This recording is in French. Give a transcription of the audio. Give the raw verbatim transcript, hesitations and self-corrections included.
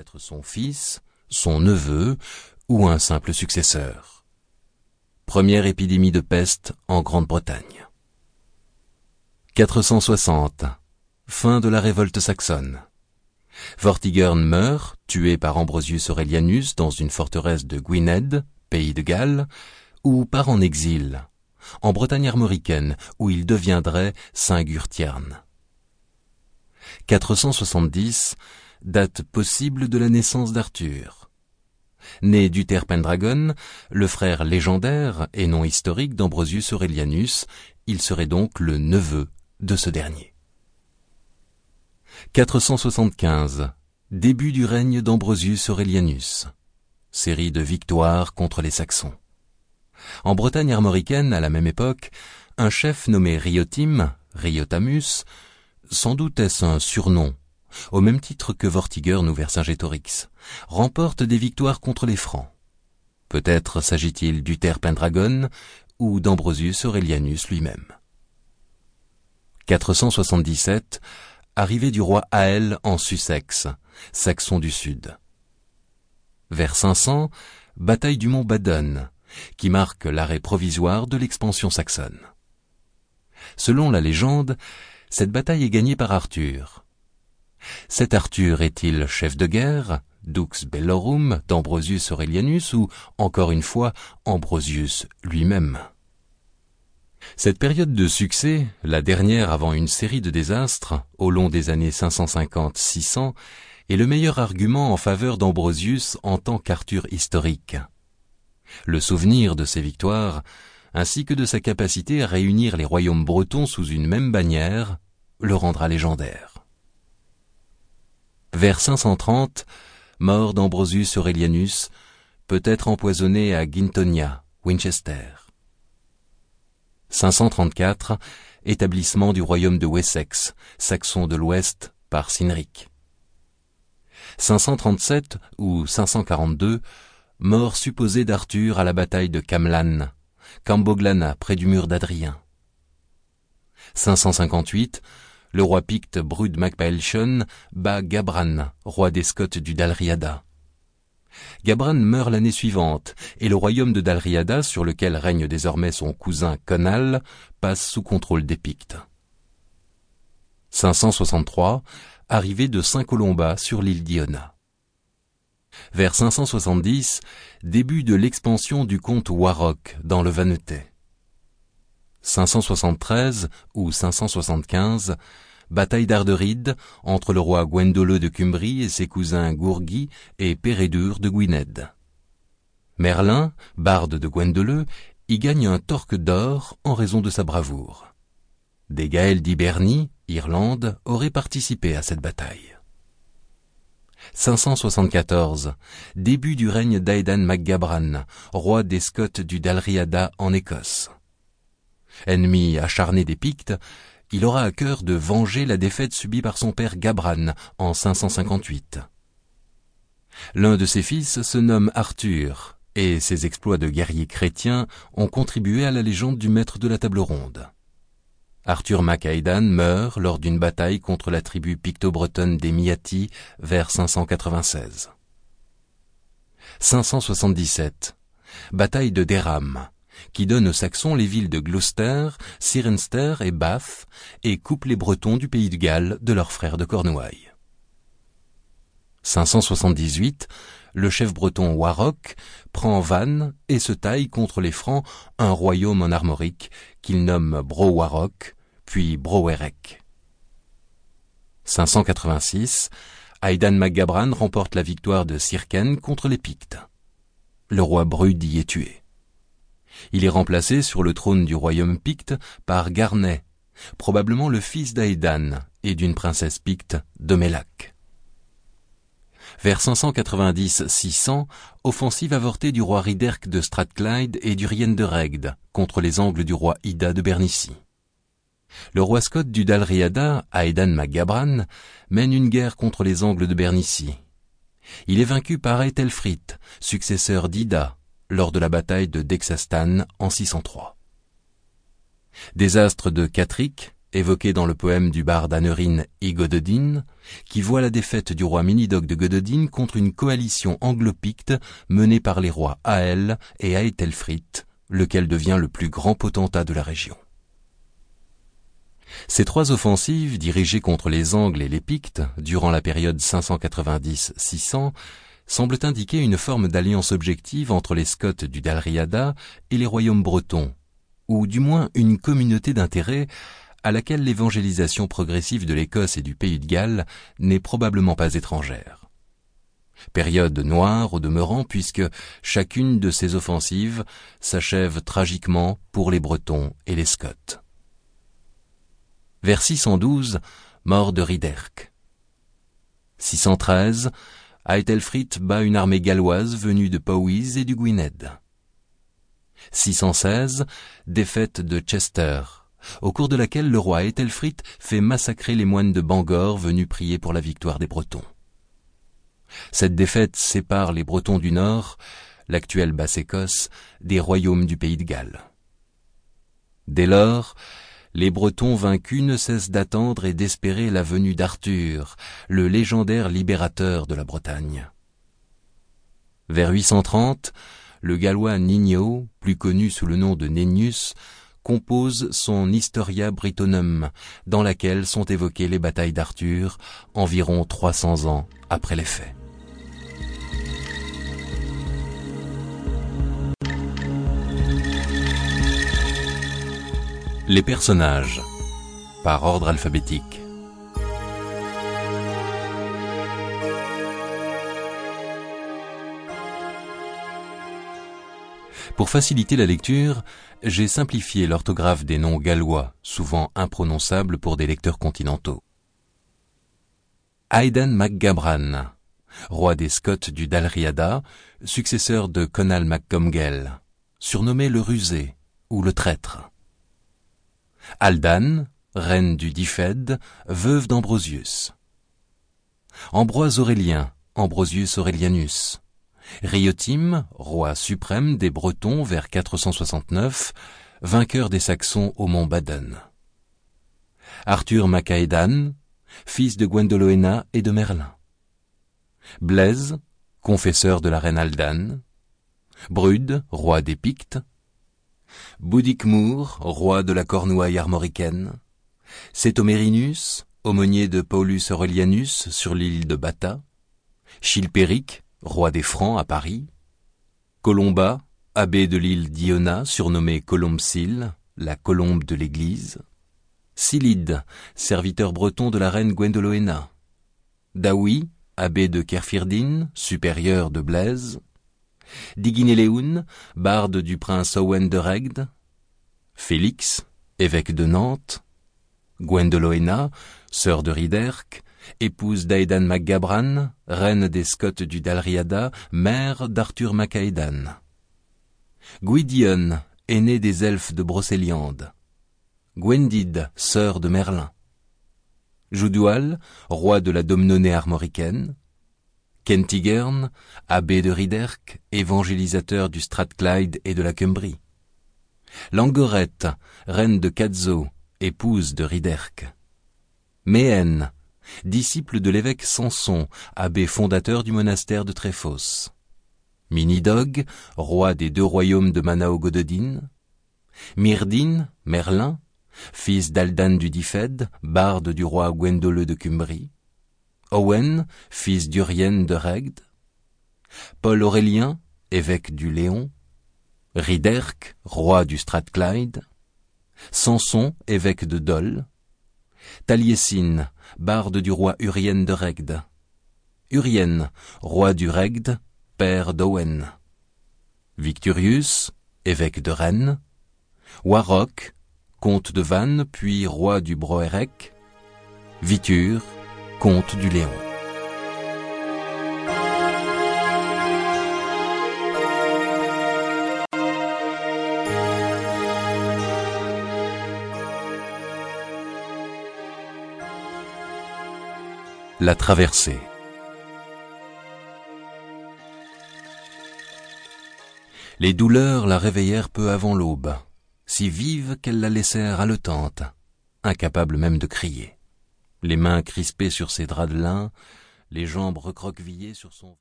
être son fils, son neveu ou un simple successeur. Première épidémie de peste en Grande-Bretagne. quatre cent soixante. Fin de la révolte saxonne. Vortigern meurt, tué par Ambrosius Aurelianus dans une forteresse de Gwynedd, pays de Galles, ou part en exil, en Bretagne armoricaine, où il deviendrait Saint Gurtierne. quatre cent soixante-dix, date possible de la naissance d'Arthur. Né d'Uther Pendragon, le frère légendaire et non historique d'Ambrosius Aurelianus, il serait donc le neveu de ce dernier. quatre cent soixante-quinze. Début du règne d'Ambrosius Aurelianus. Série de victoires contre les Saxons. En Bretagne armoricaine, à la même époque, un chef nommé Riotime, Riotamus, sans doute est-ce un surnom, au même titre que Vortigern ou Vercingétorix, remporte des victoires contre les Francs. Peut-être s'agit-il d'Uther Pendragon ou d'Ambrosius Aurelianus lui-même. quatre cent soixante-dix-sept. Arrivée du roi Aël en Sussex, Saxon du Sud. Vers cinq cents, bataille du mont Badon, qui marque l'arrêt provisoire de l'expansion saxonne. Selon la légende, cette bataille est gagnée par Arthur. Cet Arthur est-il chef de guerre, Dux Bellorum d'Ambrosius Aurelianus ou, encore une fois, Ambrosius lui-même? Cette période de succès, la dernière avant une série de désastres, au long des années cinq cent cinquante à six cents, est le meilleur argument en faveur d'Ambrosius en tant qu'Arthur historique. Le souvenir de ses victoires, ainsi que de sa capacité à réunir les royaumes bretons sous une même bannière, le rendra légendaire. Vers cinq cent trente, mort d'Ambrosius Aurelianus, peut-être empoisonné à Gintonia, Winchester. cinq cent trente-quatre, établissement du royaume de Wessex, saxon de l'Ouest, par Cynric. cinq cent trente-sept ou cinq cent quarante-deux, mort supposée d'Arthur à la bataille de Camlann, Camboglana, près du mur d'Adrien. cinq cent cinquante-huit, le roi picte Brud mac Bailshon bat Gabran, roi des Scots du Dalriada. Gabran meurt l'année suivante, et le royaume de Dalriada, sur lequel règne désormais son cousin Conall, passe sous contrôle des Pictes. cinq cent soixante-trois, arrivée de Saint-Colomba sur l'île d'Iona. Vers cinq cent soixante-dix, début de l'expansion du comte Warrock dans le Vannetais. cinq cent soixante-treize ou cinq cent soixante-quinze, bataille d'Arderide entre le roi Gwendoleu de Cumbrie et ses cousins Gourgi et Pérédur de Gwynedd. Merlin, barde de Gwendoleu, y gagne un torque d'or en raison de sa bravoure. Des Gaëls d'Hibernie, Irlande, auraient participé à cette bataille. cinq cent soixante-quatorze, début du règne d'Aidan mac Gabran, roi des Scots du Dalriada en Écosse. Ennemi acharné des Pictes, il aura à cœur de venger la défaite subie par son père Gabran en cinq cent cinquante-huit. L'un de ses fils se nomme Arthur, et ses exploits de guerrier chrétien ont contribué à la légende du maître de la table ronde. Arthur mac Aidan meurt lors d'une bataille contre la tribu picto-bretonne des Miati vers cinq cent quatre-vingt-seize. cinq cent soixante-dix-sept. Bataille de Derham, qui donne aux Saxons les villes de Gloucester, Cirencester et Bath, et coupe les Bretons du pays de Galles de leurs frères de Cornouailles. cinq cent soixante-dix-huit, le chef breton Warrock prend Vannes et se taille contre les Francs un royaume en armorique qu'il nomme Bro-Warrock, puis Bro-Werec. cinq cent quatre-vingt-six, Aidan mac Gabran remporte la victoire de Cirken contre les Pictes. Le roi Brud y est tué. Il est remplacé sur le trône du royaume picte par Garnet, probablement le fils d'Aidan et d'une princesse picte de Mélac. Vers cinq cent quatre-vingt-dix à six cents, offensive avortée du roi Riderc de Strathclyde et d'Urien de Regd contre les Angles du roi Ida de Bernicie. Le roi Scott du Dalriada, Aidan mac Gabran, mène une guerre contre les Angles de Bernicie. Il est vaincu par Æthelfrith, successeur d'Ida, lors de la bataille de Dexastan en six cent trois. Désastre de Catterick, évoquée dans le poème du barde Aneurin I Gododin, qui voit la défaite du roi Minidogue de Gododin contre une coalition anglo-picte menée par les rois Ael et Aethelfrith, lequel devient le plus grand potentat de la région. Ces trois offensives, dirigées contre les Angles et les Pictes, durant la période cinq cent quatre-vingt-dix à six cents, semblent indiquer une forme d'alliance objective entre les Scots du Dalriada et les royaumes bretons, ou du moins une communauté d'intérêts à laquelle l'évangélisation progressive de l'Écosse et du Pays de Galles n'est probablement pas étrangère. Période noire au demeurant puisque chacune de ces offensives s'achève tragiquement pour les Bretons et les Scots. Vers six cent douze, mort de Ryderch. six cent treize, Aethelfrith bat une armée galloise venue de Powys et du Gwynedd. six cent seize, défaite de Chester, au cours de laquelle le roi Aethelfrith fait massacrer les moines de Bangor venus prier pour la victoire des Bretons. Cette défaite sépare les Bretons du Nord, l'actuelle Basse-Écosse, des royaumes du Pays de Galles. Dès lors, les Bretons vaincus ne cessent d'attendre et d'espérer la venue d'Arthur, le légendaire libérateur de la Bretagne. Vers huit cent trente, le Gallois Ninio, plus connu sous le nom de Nennius, compose son Historia Britonum, dans laquelle sont évoquées les batailles d'Arthur, environ trois cents ans après les faits. Les personnages, par ordre alphabétique. Pour faciliter la lecture, j'ai simplifié l'orthographe des noms gallois, souvent imprononçables pour des lecteurs continentaux. Aidan MacGabran, roi des Scots du Dalriada, successeur de Conall MacComgall, surnommé le rusé ou le traître. Aldan, reine du Dyfed, veuve d'Ambrosius. Ambroise Aurélien, Ambrosius Aurelianus. Riotime, roi suprême des Bretons vers quatre cent soixante-neuf, vainqueur des Saxons au mont Baden. Arthur MacAedan, fils de Gwendolewna et de Merlin. Blaise, confesseur de la reine Aldan. Brude, roi des Pictes. Boudicmour, roi de la Cornouaille armoricaine. Cétomerinus, aumônier de Paulus Aurelianus sur l'île de Bata. Chilpéric, roi des Francs à Paris. Colomba, abbé de l'île d'Iona, surnommé Colombcille, la colombe de l'église. Silide, serviteur breton de la reine Gwendolewna. Daoui, abbé de Kerfirdin, supérieur de Blaise. Diguinéléoun, barde du prince Owen de Regd. Félix, évêque de Nantes. Gwendolewna, sœur de Ryderch, épouse d'Aidan MacGabran, reine des Scots du Dalriada, mère d'Arthur MacAedan. Gwydion, aîné des elfes de Brocéliande. Gwendid, sœur de Merlin. Joudual, roi de la Domnonée armoricaine. Kentigern, abbé de Ryderch, évangélisateur du Strathclyde et de la Cumbrie. Langorette, reine de Cadzo, épouse de Ryderch. Méhen, disciple de l'évêque Samson, abbé fondateur du monastère de Tréphos. Minidog, roi des deux royaumes de Manao-Gododin. Myrdin, Merlin, fils d'Aldan du Dyfed, barde du roi Gwendoleu de Cumbrie. Owen, fils d'Urien de Regd. Paul Aurélien, évêque du Léon. Ryderch, roi du Strathclyde. Samson, évêque de Dol. Taliesin, barde du roi Urien de Regd. Urien, roi du Regd, père d'Owen. Victorius, évêque de Rennes. Warrock, comte de Vannes, puis roi du Broerec. Vitur, comte du Léon. La traversée. Les douleurs la réveillèrent peu avant l'aube, si vive qu'elles la laissèrent haletante. incapable même de crier. Les mains crispées sur ses draps de lin, les jambes recroquevillées sur son